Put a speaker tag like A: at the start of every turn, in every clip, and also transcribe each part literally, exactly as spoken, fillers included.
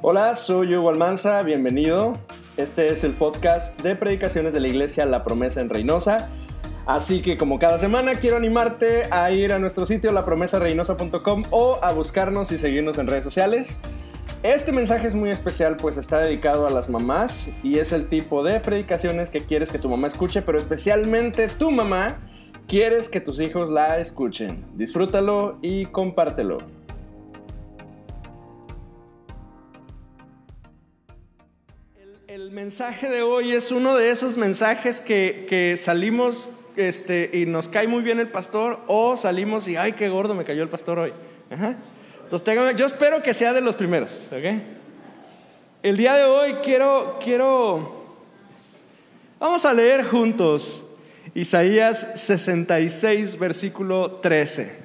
A: Hola, soy Hugo Almanza, bienvenido. Este es el podcast de predicaciones de la iglesia La Promesa en Reynosa. Así que como cada semana quiero animarte a ir a nuestro sitio la promesa reynosa punto com o a buscarnos y seguirnos en redes sociales. Este mensaje es muy especial, pues está dedicado a las mamás y es el tipo de predicaciones que quieres que tu mamá escuche, pero especialmente tu mamá quieres que tus hijos la escuchen. Disfrútalo y compártelo. El, el mensaje de hoy es uno de esos mensajes que, que salimos este, y nos cae muy bien el pastor, o salimos y ¡ay, qué gordo me cayó el pastor hoy! Ajá. Entonces, téngame, yo espero que sea de los primeros, ¿ok? El día de hoy quiero, quiero, vamos a leer juntos Isaías sesenta y seis, versículo trece.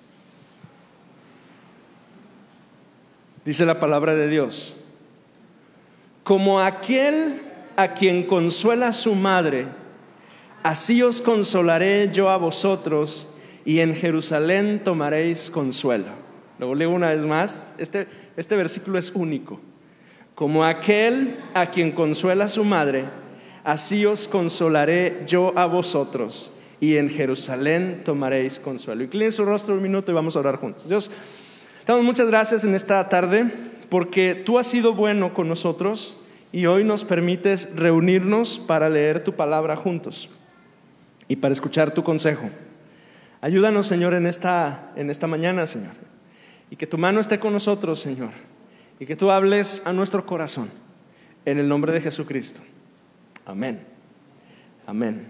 A: Dice la palabra de Dios: como aquel a quien consuela su madre, así os consolaré yo a vosotros, y en Jerusalén tomaréis consuelo. Lo leo una vez más. Este, este versículo es único. Como aquel a quien consuela su madre, así os consolaré yo a vosotros, y en Jerusalén tomaréis consuelo. Inclinen su rostro un minuto y vamos a orar juntos. Dios, te damos muchas gracias en esta tarde, porque tú has sido bueno con nosotros y hoy nos permites reunirnos para leer tu palabra juntos y para escuchar tu consejo. Ayúdanos, Señor, en esta, en esta mañana, Señor. Y que tu mano esté con nosotros, Señor. Y que tú hables a nuestro corazón. En el nombre de Jesucristo. Amén. Amén.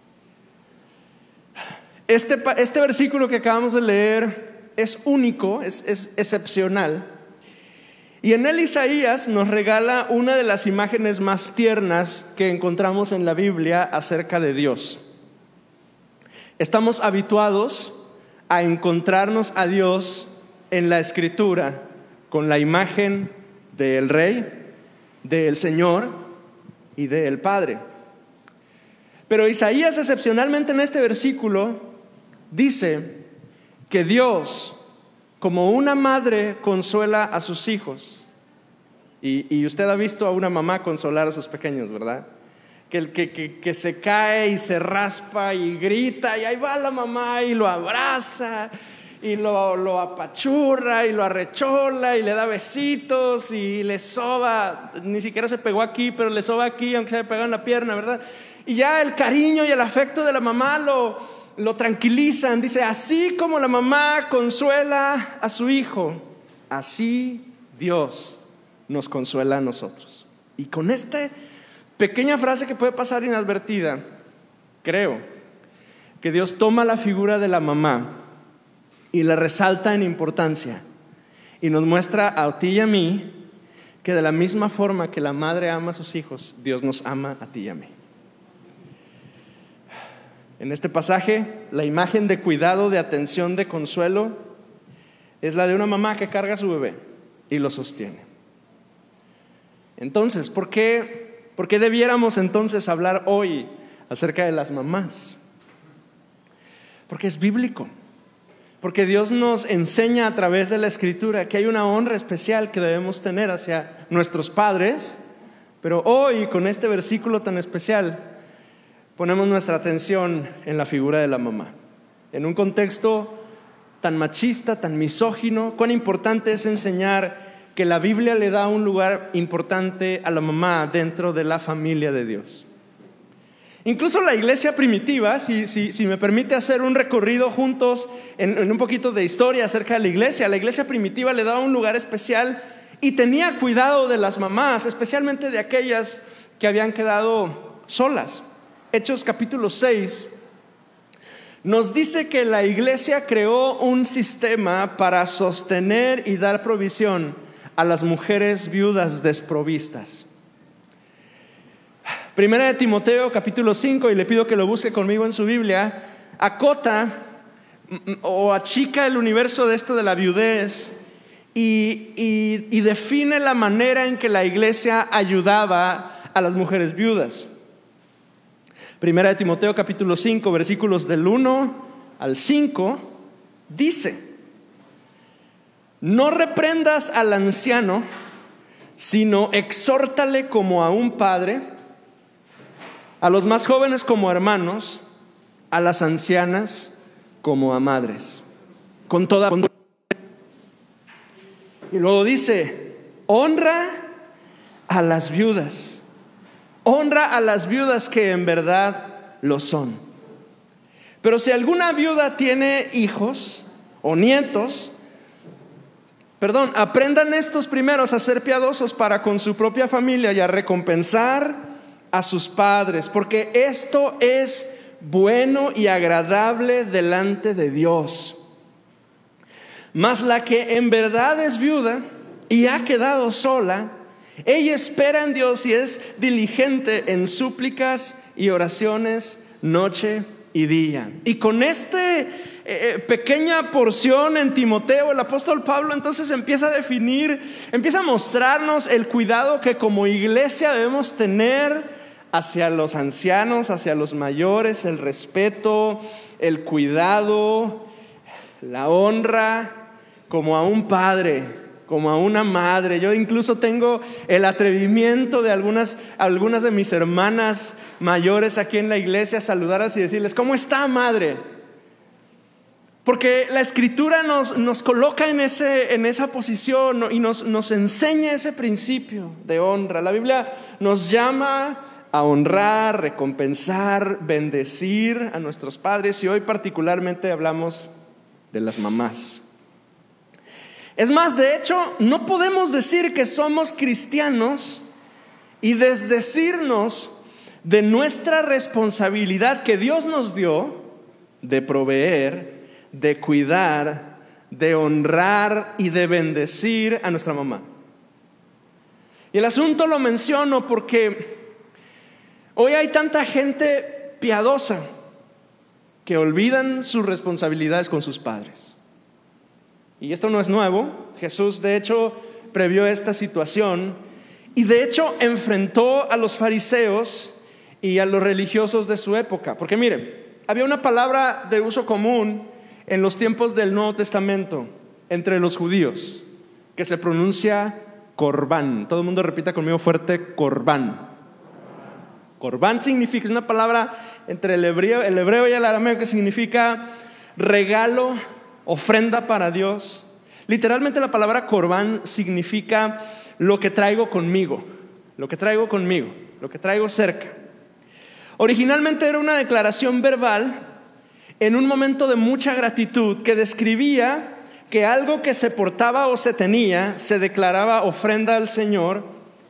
A: Este, este versículo que acabamos de leer es único, es, es excepcional. Y en él Isaías nos regala una de las imágenes más tiernas que encontramos en la Biblia acerca de Dios. Estamos habituados a encontrarnos a Dios en la Escritura con la imagen del Rey, del Señor y del Padre. Pero Isaías, excepcionalmente en este versículo, dice que Dios, como una madre consuela a sus hijos, y, y usted ha visto a una mamá consolar a sus pequeños, ¿verdad? Que, que, que, que se cae y se raspa y grita, y ahí va la mamá y lo abraza y lo, lo apachurra y lo arrechola y le da besitos y le soba. Ni siquiera se pegó aquí, pero le soba aquí, aunque se haya pegado en la pierna, ¿verdad? Y ya el cariño y el afecto de la mamá lo, lo tranquilizan. Dice: así como la mamá consuela a su hijo, así Dios nos consuela a nosotros. Y con esta pequeña frase que puede pasar inadvertida, creo que Dios toma la figura de la mamá y la resalta en importancia y nos muestra a ti y a mí que de la misma forma que la madre ama a sus hijos, Dios nos ama a ti y a mí. En este pasaje, la imagen de cuidado, de atención, de consuelo es la de una mamá que carga a su bebé y lo sostiene. Entonces, ¿por qué, por qué debiéramos entonces hablar hoy acerca de las mamás? Porque es bíblico. Porque Dios nos enseña a través de la Escritura que hay una honra especial que debemos tener hacia nuestros padres. Pero hoy, con este versículo tan especial, ponemos nuestra atención en la figura de la mamá. En un contexto tan machista, tan misógino, cuán importante es enseñar que la Biblia le da un lugar importante a la mamá dentro de la familia de Dios. Incluso la iglesia primitiva, si, si, si me permite hacer un recorrido juntos en, en un poquito de historia acerca de la iglesia, la iglesia primitiva le daba un lugar especial y tenía cuidado de las mamás, especialmente de aquellas que habían quedado solas. Hechos capítulo seis nos dice que la iglesia creó un sistema para sostener y dar provisión a las mujeres viudas desprovistas. Primera de Timoteo capítulo cinco, y le pido que lo busque conmigo en su Biblia, acota o achica el universo de esto de la viudez y, y, y define la manera en que la iglesia ayudaba a las mujeres viudas. Primera de Timoteo capítulo cinco, versículos del uno al cinco, dice: no reprendas al anciano, sino exhórtale como a un padre, a los más jóvenes como hermanos, a las ancianas como a madres, con toda. Y luego dice, honra a las viudas, honra a las viudas que en verdad lo son. Pero si alguna viuda tiene hijos o nietos, perdón, aprendan estos primeros a ser piadosos para con su propia familia y a recompensar a sus padres, porque esto es bueno y agradable delante de Dios. Mas la que en verdad es viuda y ha quedado sola, ella espera en Dios y es diligente en súplicas y oraciones noche y día. Y con esta eh, pequeña porción en Timoteo, el apóstol Pablo entonces empieza a definir, empieza a mostrarnos el cuidado que como iglesia debemos tener hacia los ancianos, hacia los mayores, el respeto, el cuidado, la honra, como a un padre, como a una madre. Yo incluso tengo el atrevimiento de algunas, algunas de mis hermanas mayores aquí en la iglesia saludarlas y decirles, ¿cómo está, madre? Porque la escritura nos, nos coloca en, ese, en esa posición y nos, nos enseña ese principio de honra. La Biblia nos llama a honrar, recompensar, bendecir a nuestros padres, y hoy particularmente hablamos de las mamás. Es más, de hecho, no podemos decir que somos cristianos y desdecirnos de nuestra responsabilidad que Dios nos dio de proveer, de cuidar, de honrar y de bendecir a nuestra mamá. Y el asunto lo menciono porque hoy hay tanta gente piadosa que olvidan sus responsabilidades con sus padres. Y esto no es nuevo. Jesús de hecho previó esta situación y de hecho enfrentó a los fariseos y a los religiosos de su época. Porque mire, había una palabra de uso común en los tiempos del Nuevo Testamento entre los judíos que se pronuncia corbán. Todo el mundo repita conmigo fuerte, corbán. Corbán significa, es una palabra entre el hebreo, el hebreo y el arameo que significa regalo, ofrenda para Dios. Literalmente la palabra corbán significa lo que traigo conmigo, lo que traigo conmigo, lo que traigo cerca. Originalmente era una declaración verbal en un momento de mucha gratitud que describía que algo que se portaba o se tenía se declaraba ofrenda al Señor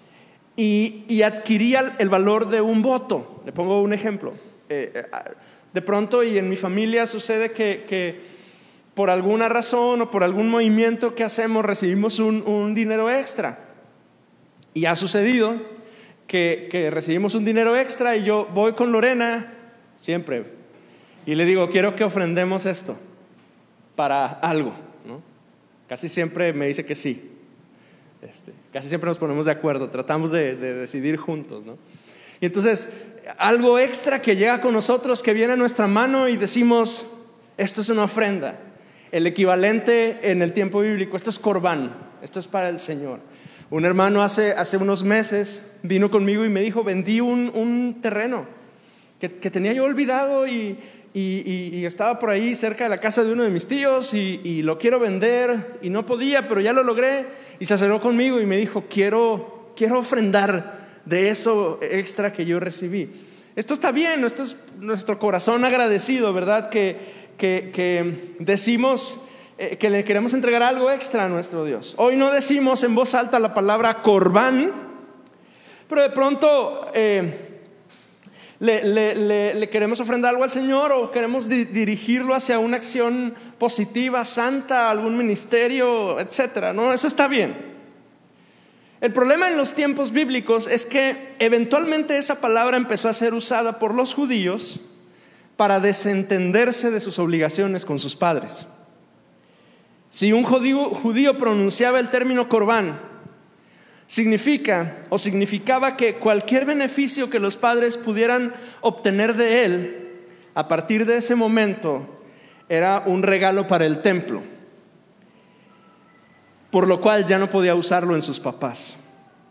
A: y, y adquiría el valor de un voto. Le pongo un ejemplo. Eh, de pronto, y en mi familia sucede que, que por alguna razón o por algún movimiento que hacemos recibimos un, un dinero extra. Y ha sucedido que, que recibimos un dinero extra y yo voy con Lorena siempre y le digo, quiero que ofrendemos esto para algo, ¿no? Casi siempre me dice que sí. Este, casi siempre nos ponemos de acuerdo, tratamos de, de decidir juntos, ¿no? Y entonces algo extra que llega con nosotros, que viene a nuestra mano y decimos, esto es una ofrenda. El equivalente en el tiempo bíblico, esto es corbán, esto es para el Señor. Un hermano hace, hace unos meses vino conmigo y me dijo, vendí un, un terreno que, que tenía yo olvidado y, y, y, y estaba por ahí cerca de la casa de uno de mis tíos y, y lo quiero vender y no podía, pero ya lo logré. Y se acercó conmigo y me dijo, quiero, quiero ofrendar de eso extra que yo recibí. Esto está bien, esto es nuestro corazón agradecido, ¿verdad? Que Que, que decimos eh, que le queremos entregar algo extra a nuestro Dios. Hoy no decimos en voz alta la palabra corbán, pero de pronto eh, le, le, le, le queremos ofrendar algo al Señor o queremos di- dirigirlo hacia una acción positiva, santa, algún ministerio, etcétera, ¿no? Eso está bien. El problema en los tiempos bíblicos es que eventualmente esa palabra empezó a ser usada por los judíos para desentenderse de sus obligaciones con sus padres. Si un judío, judío pronunciaba el término corbán, significa o significaba que cualquier beneficio que los padres pudieran obtener de él, a partir de ese momento, era un regalo para el templo, por lo cual ya no podía usarlo en sus papás.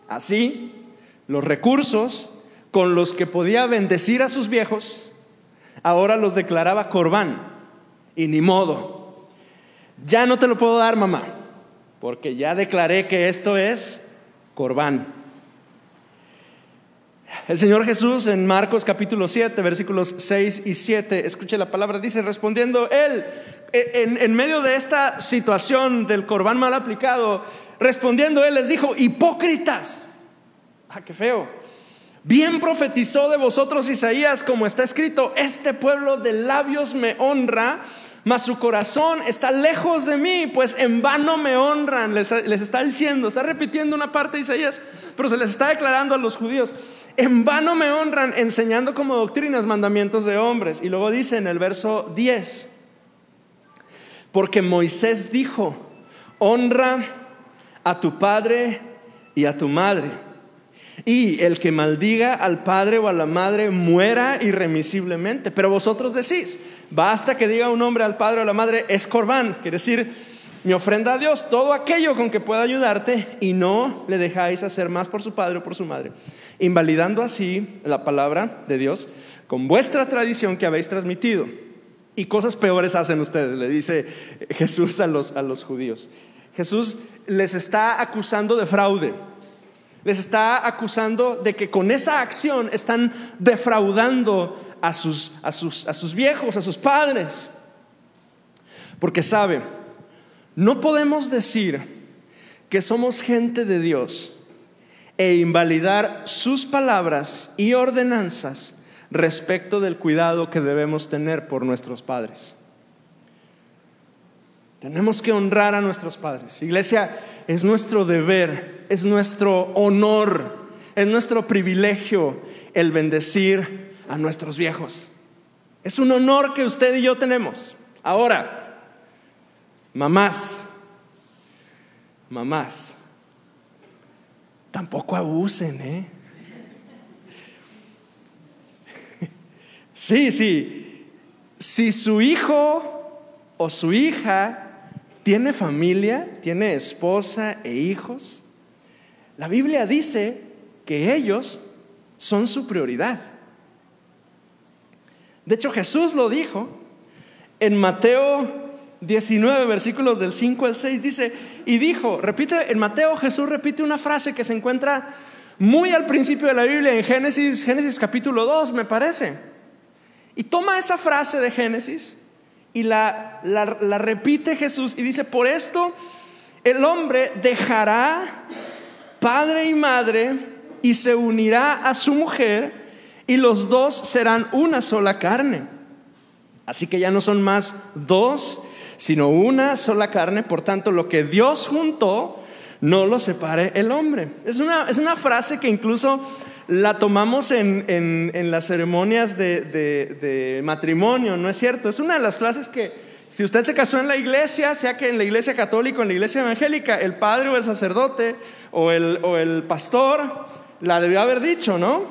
A: Así, los recursos con los que podía bendecir a sus viejos, ahora los declaraba corbán. Y ni modo, ya no te lo puedo dar, mamá, porque ya declaré que esto es corbán. El Señor Jesús en Marcos capítulo siete, versículos seis y siete, escuche la palabra, dice: respondiendo él, en, en medio de esta situación del corbán mal aplicado, respondiendo él les dijo: hipócritas. Ah, qué feo. Bien profetizó de vosotros Isaías, como está escrito: este pueblo de labios me honra, mas su corazón está lejos de mí, pues en vano me honran. Les, les está diciendo, está repitiendo una parte de Isaías, pero se les está declarando a los judíos: en vano me honran, enseñando como doctrinas mandamientos de hombres. Y luego dice en el verso diez: porque Moisés dijo: honra a tu padre y a tu madre, y el que maldiga al padre o a la madre muera irremisiblemente. Pero vosotros decís: basta que diga un hombre al padre o a la madre, es corbán, quiere decir mi ofrenda a Dios, todo aquello con que pueda ayudarte, y no le dejáis hacer más por su padre o por su madre, invalidando así la palabra de Dios con vuestra tradición que habéis transmitido. Y cosas peores hacen ustedes, le dice Jesús a los, a los judíos. Jesús les está acusando de fraude. Les está acusando de que con esa acción están defraudando a sus, a sus, a sus viejos, a sus padres. Porque sabe, no podemos decir que somos gente de Dios e invalidar sus palabras y ordenanzas respecto del cuidado que debemos tener por nuestros padres. Tenemos que honrar a nuestros padres. Iglesia, es nuestro deber, es nuestro honor, es nuestro privilegio el bendecir a nuestros viejos. Es un honor que usted y yo tenemos. Ahora, mamás, mamás, tampoco abusen, ¿eh? Sí, sí. Si su hijo o su hija tiene familia, tiene esposa e hijos, la Biblia dice que ellos son su prioridad. De hecho, Jesús lo dijo en Mateo diecinueve, versículos del cinco al seis, dice, y dijo, repite, en Mateo Jesús repite una frase que se encuentra muy al principio de la Biblia, en Génesis, Génesis capítulo dos, me parece. Y toma esa frase de Génesis y la, la, la repite Jesús y dice: por esto el hombre dejará padre y madre y se unirá a su mujer, y los dos serán una sola carne. Así que ya no son más dos, sino una sola carne. Por tanto, lo que Dios juntó, no lo separe el hombre. Es una, es una frase que incluso la tomamos en, en, en las ceremonias de, de, de matrimonio, ¿no es cierto? Es una de las frases que, si usted se casó en la iglesia, sea que en la iglesia católica o en la iglesia evangélica, el padre o el sacerdote o el, o el pastor la debió haber dicho, ¿no?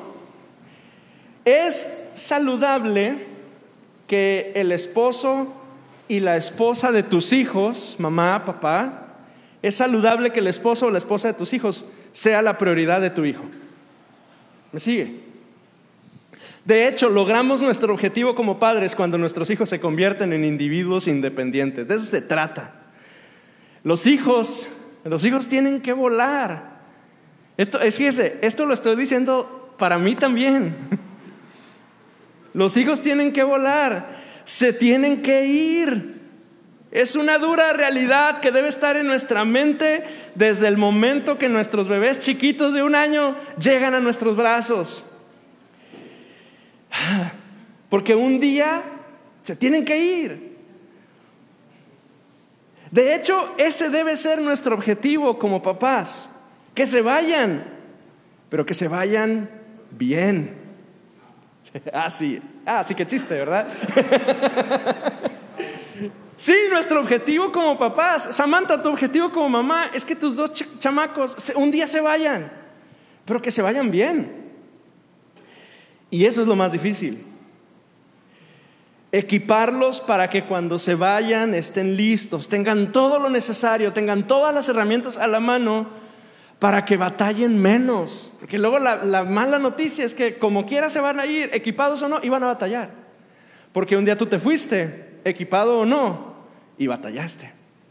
A: Es saludable que el esposo y la esposa de tus hijos, mamá, papá, es saludable que el esposo o la esposa de tus hijos sea la prioridad de tu hijo. ¿Me sigue? De hecho, logramos nuestro objetivo como padres cuando nuestros hijos se convierten en individuos independientes. De eso se trata. Los hijos, los hijos tienen que volar. Esto, es, fíjese, esto lo estoy diciendo para mí también. Los hijos tienen que volar, se tienen que ir. Es una dura realidad que debe estar en nuestra mente desde el momento que nuestros bebés chiquitos de un año llegan a nuestros brazos. Porque un día se tienen que ir. De hecho, ese debe ser nuestro objetivo como papás. Que se vayan, pero que se vayan bien. Ah, sí, ah, sí, qué chiste, ¿verdad? Sí, nuestro objetivo como papás, Samantha, tu objetivo como mamá es que tus dos ch- chamacos un día se vayan, pero que se vayan bien. Y eso es lo más difícil. Equiparlos para que cuando se vayan estén listos, tengan todo lo necesario, tengan todas las herramientas a la mano para que batallen menos. Porque luego la, la mala noticia es que como quiera se van a ir, equipados o no, y van a batallar. Porque un día tú te fuiste, equipado o no, y batallaste.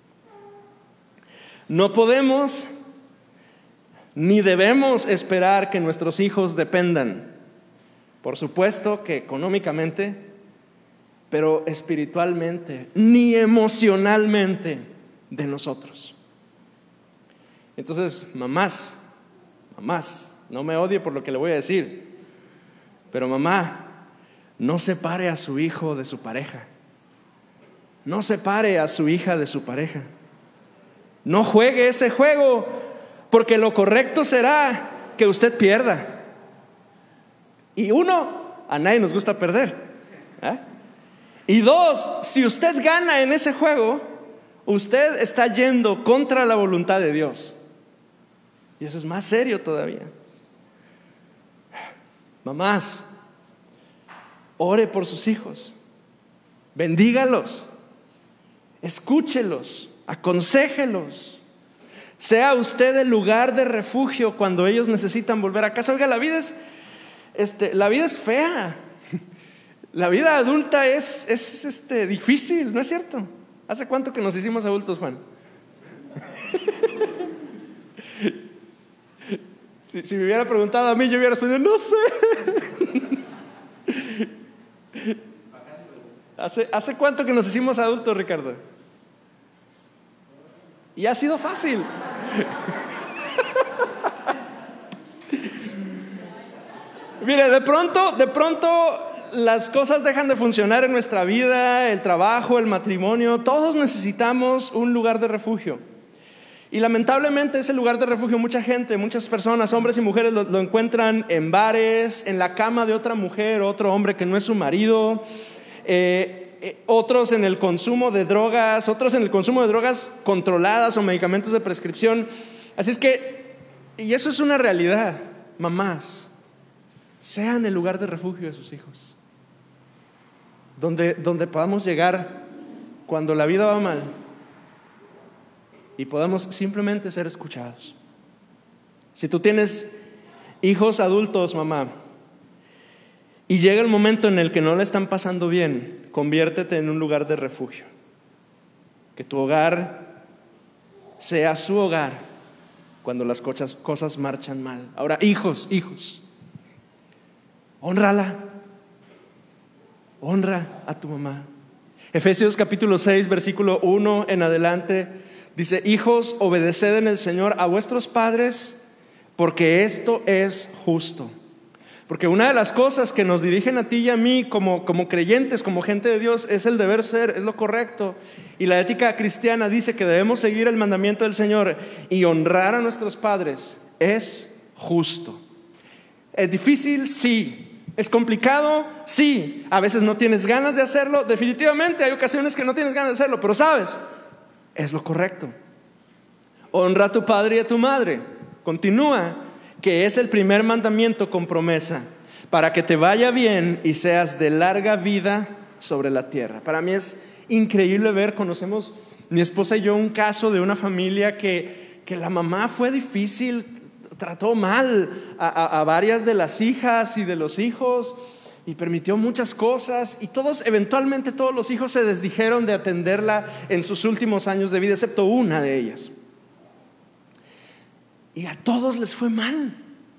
A: No podemos ni debemos esperar que nuestros hijos dependan, por supuesto que económicamente, pero espiritualmente, ni emocionalmente de nosotros. Entonces, mamás, mamás, no me odie por lo que le voy a decir, pero mamá, no separe a su hijo de su pareja. No separe a su hija de su pareja. No juegue ese juego, porque lo correcto será que usted pierda. Y uno, a nadie nos gusta perder, ¿eh? Y dos, si usted gana en ese juego, usted está yendo contra la voluntad de Dios. Y eso es más serio todavía. Mamás, ore por sus hijos, bendígalos, escúchelos, aconséjelos. Sea usted el lugar de refugio cuando ellos necesitan volver a casa. Oiga, la vida es, este, la vida es fea. La vida adulta es, es este, difícil, ¿no es cierto? ¿Hace cuánto que nos hicimos adultos, Juan? Si, si me hubiera preguntado a mí, yo hubiera respondido, no sé. ¿Hace, ¿Hace cuánto que nos hicimos adultos, Ricardo? Y ha sido fácil. Mire, de pronto, de pronto las cosas dejan de funcionar en nuestra vida, el trabajo, el matrimonio. Todos necesitamos un lugar de refugio. Y lamentablemente ese lugar de refugio, mucha gente, muchas personas, hombres y mujeres lo, lo encuentran en bares, en la cama de otra mujer, otro hombre que no es su marido, eh, eh, otros en el consumo de drogas, otros en el consumo de drogas controladas o medicamentos de prescripción. Así es que, y eso es una realidad, mamás, sean el lugar de refugio de sus hijos, donde, donde podamos llegar cuando la vida va mal y podamos simplemente ser escuchados. Si tú tienes hijos adultos, mamá, y llega el momento en el que no le están pasando bien, conviértete en un lugar de refugio. Que tu hogar sea su hogar cuando las cosas, cosas marchan mal. Ahora, hijos, hijos, hónrala, honra a tu mamá. Efesios capítulo seis, versículo uno en adelante, dice: hijos, obedeced en el Señor a vuestros padres, porque esto es justo. Porque una de las cosas que nos dirigen a ti y a mí como, como creyentes, como gente de Dios, es el deber ser, es lo correcto. Y la ética cristiana dice que debemos seguir el mandamiento del Señor y honrar a nuestros padres. Es justo. ¿Es difícil? Sí. ¿Es complicado? Sí. A veces no tienes ganas de hacerlo. Definitivamente hay ocasiones que no tienes ganas de hacerlo, pero sabes, es lo correcto. Honra a tu padre y a tu madre. Continúa, que es el primer mandamiento con promesa, para que te vaya bien y seas de larga vida sobre la tierra. Para mí es increíble ver, conocemos mi esposa y yo un caso de una familia que, que la mamá fue difícil, trató mal a, a, a varias de las hijas y de los hijos y permitió muchas cosas, y todos, eventualmente todos los hijos se desdijeron de atenderla en sus últimos años de vida, excepto una de ellas. Y a todos les fue mal.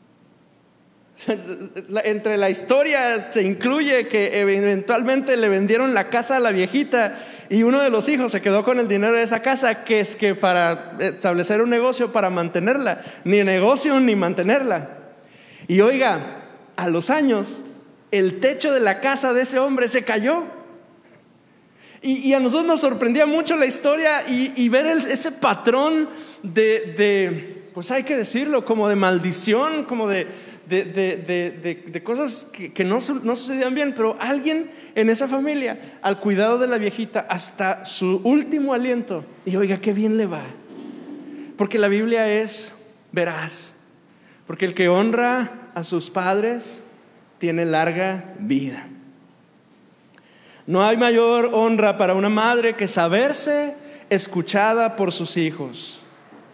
A: Entre la historia se incluye que eventualmente le vendieron la casa a la viejita y uno de los hijos se quedó con el dinero de esa casa, que es que para establecer un negocio para mantenerla, ni negocio ni mantenerla. Y oiga, a los años el techo de la casa de ese hombre se cayó. Y, y a nosotros nos sorprendía mucho la historia y, y ver el, ese patrón de, de, pues hay que decirlo, como de maldición, como de, de, de, de, de, de cosas que, que no, no sucedían bien. Pero alguien en esa familia, al cuidado de la viejita hasta su último aliento, y oiga, qué bien le va. Porque la Biblia es veraz. Porque el que honra a sus padres tiene larga vida. No hay mayor honra para una madre que saberse escuchada por sus hijos.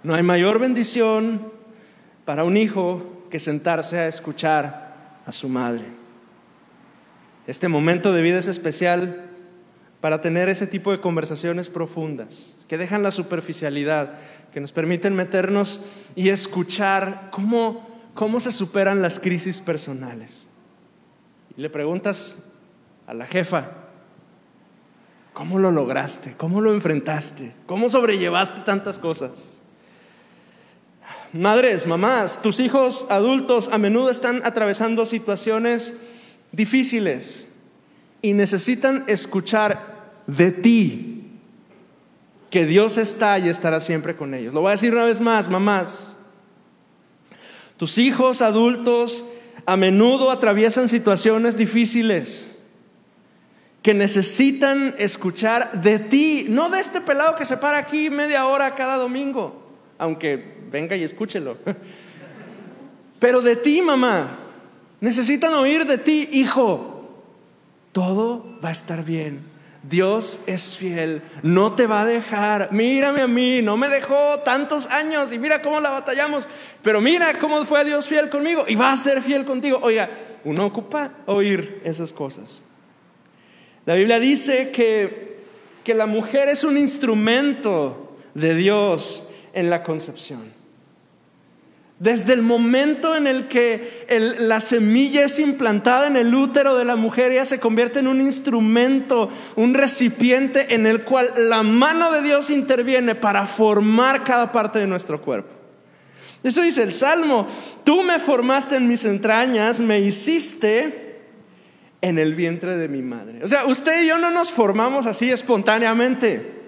A: No hay mayor bendición para un hijo que sentarse a escuchar a su madre. Este momento de vida es especial para tener ese tipo de conversaciones profundas, que dejan la superficialidad, que nos permiten meternos y escuchar cómo, cómo se superan las crisis personales. Y le preguntas a la jefa, ¿cómo lo lograste? ¿Cómo lo enfrentaste? ¿Cómo sobrellevaste tantas cosas? Madres, mamás, tus hijos adultos a menudo están atravesando situaciones difíciles y necesitan escuchar de ti que Dios está y estará siempre con ellos. Lo voy a decir una vez más, mamás. Tus hijos adultos a menudo atraviesan situaciones difíciles que necesitan escuchar de ti, no de este pelado que se para aquí media hora cada domingo, aunque venga y escúchelo, pero de ti, mamá. Necesitan oír de ti, hijo. Todo va a estar bien. Dios es fiel, no te va a dejar. Mírame a mí, no me dejó tantos años y mira cómo la batallamos, pero mira cómo fue Dios fiel conmigo y va a ser fiel contigo. Oiga, uno ocupa oír esas cosas. La Biblia dice que, que la mujer es un instrumento de Dios en la concepción. Desde el momento en el que el, la semilla es implantada en el útero de la mujer, ella se convierte en un instrumento, un recipiente en el cual la mano de Dios interviene para formar cada parte de nuestro cuerpo. Eso dice el Salmo: tú me formaste en mis entrañas, me hiciste en el vientre de mi madre. O sea, usted y yo no nos formamos así espontáneamente.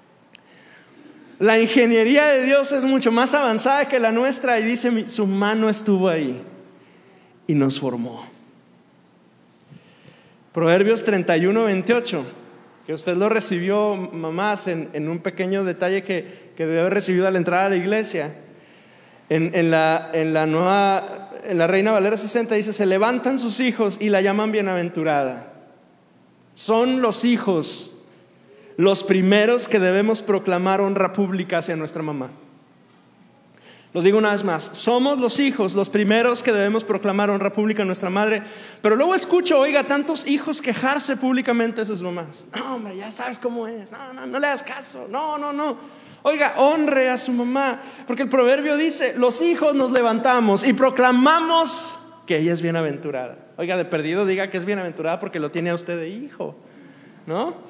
A: La ingeniería de Dios es mucho más avanzada que la nuestra y dice, su mano estuvo ahí y nos formó. Proverbios treinta y uno, veintiocho, que usted lo recibió, mamás, en, en un pequeño detalle que, que debe haber recibido a la entrada a la iglesia. En, en, la, en la nueva, en la Reina Valera sesenta dice, se levantan sus hijos y la llaman bienaventurada. Son los hijos los primeros que debemos proclamar honra pública hacia nuestra mamá. Lo digo una vez más, somos los hijos los primeros que debemos proclamar honra pública a nuestra madre. Pero luego escucho, oiga, tantos hijos quejarse públicamente de sus mamás. No, hombre, ya sabes cómo es. No, no, no le hagas caso. No, no, no. Oiga, honre a su mamá, porque el proverbio dice, los hijos nos levantamos y proclamamos que ella es bienaventurada. Oiga, de perdido diga que es bienaventurada porque lo tiene a usted de hijo, ¿no?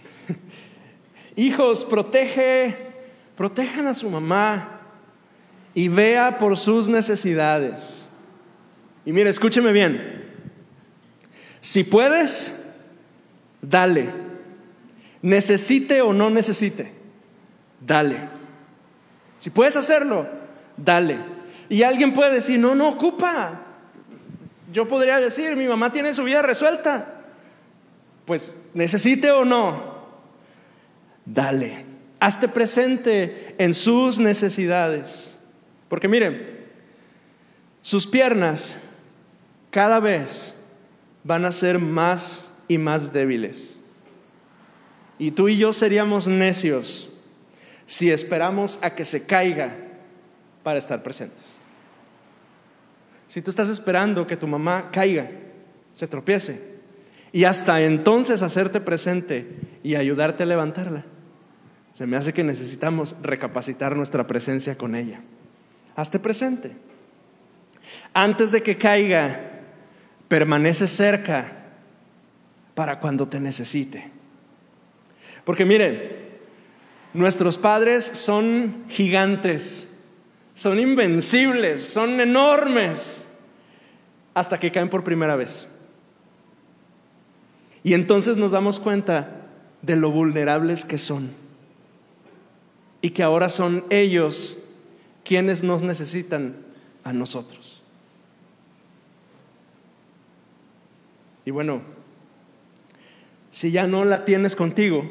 A: Hijos, protege, protejan a su mamá y vea por sus necesidades. Y mire, escúcheme bien. Si puedes, dale. Necesite o no necesite, dale. Si puedes hacerlo, dale. Y alguien puede decir, no, no ocupa. Yo podría decir, mi mamá tiene su vida resuelta. Pues necesite o no, dale. Hazte presente en sus necesidades. Porque miren, sus piernas cada vez van a ser más y más débiles. Y tú y yo seríamos necios si esperamos a que se caiga para estar presentes. Si tú estás esperando que tu mamá caiga, se tropiece, y hasta entonces hacerte presente y ayudarte a levantarla, se me hace que necesitamos recapacitar nuestra presencia con ella. Hazte presente. Antes de que caiga, permanece cerca para cuando te necesite. Porque miren, nuestros padres son gigantes, son invencibles, son enormes, hasta que caen por primera vez. Y entonces nos damos cuenta de lo vulnerables que son. Y que ahora son ellos quienes nos necesitan a nosotros. Y bueno, si ya no la tienes contigo,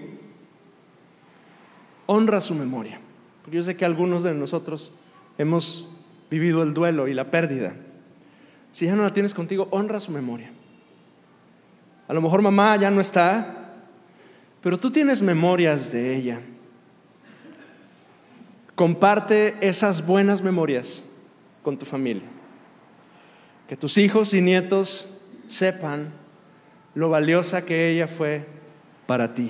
A: honra su memoria. Porque yo sé que algunos de nosotros hemos vivido el duelo y la pérdida. Si ya no la tienes contigo, honra su memoria. A lo mejor mamá ya no está, pero tú tienes memorias de ella. Comparte esas buenas memorias con tu familia. Que tus hijos y nietos sepan lo valiosa que ella fue para ti.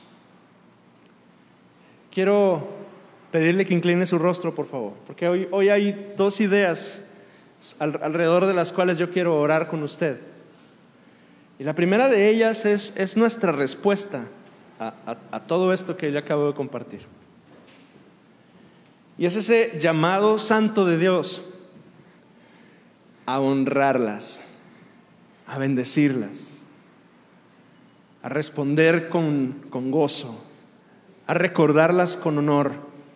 A: Quiero pedirle que incline su rostro, por favor, porque hoy, hoy hay dos ideas al, alrededor de las cuales yo quiero orar con usted. Y la primera de ellas es, es nuestra respuesta a, a, a todo esto que yo acabo de compartir. Y es ese llamado santo de Dios a honrarlas, a bendecirlas, a responder con, con gozo, a recordarlas con honor.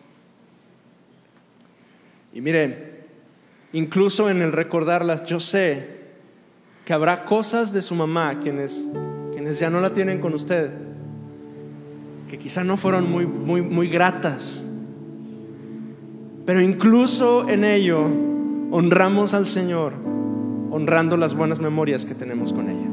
A: Y mire, incluso en el recordarlas, yo sé que habrá cosas de su mamá quienes, quienes ya no la tienen con usted, que quizá no fueron muy, muy, muy gratas, pero incluso en ello honramos al Señor, honrando las buenas memorias que tenemos con ella.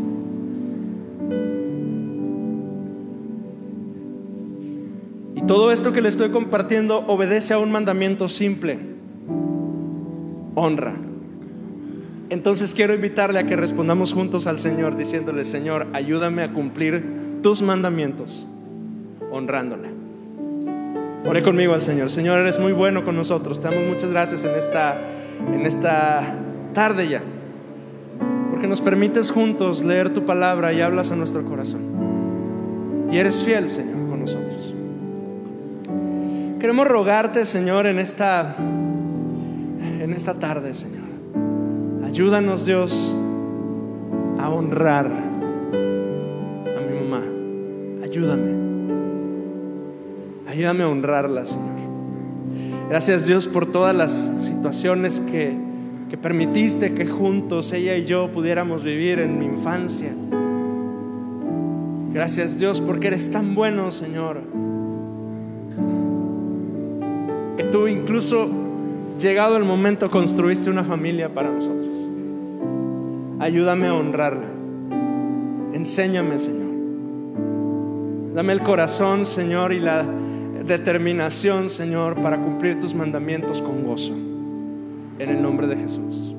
A: Y todo esto que le estoy compartiendo obedece a un mandamiento simple: honra. Entonces quiero invitarle a que respondamos juntos al Señor diciéndole: Señor, ayúdame a cumplir tus mandamientos, honrándola. Ore conmigo al Señor. Señor, eres muy bueno con nosotros. Te damos muchas gracias en esta, en esta tarde ya, porque nos permites juntos leer tu palabra y hablas a nuestro corazón. Y eres fiel, Señor, con nosotros. Queremos rogarte, Señor, en esta, en esta tarde, Señor. Ayúdanos, Dios, a honrar a mi mamá. Ayúdame. Ayúdame a honrarla, Señor. Gracias, Dios, por todas las situaciones que, que permitiste que juntos ella y yo pudiéramos vivir en mi infancia. Gracias, Dios, porque eres tan bueno, Señor, que tú incluso, llegado el momento, construiste una familia para nosotros. Ayúdame a honrarla. Enséñame, Señor. Dame el corazón, Señor, y la determinación, Señor, para cumplir tus mandamientos con gozo. En el nombre de Jesús.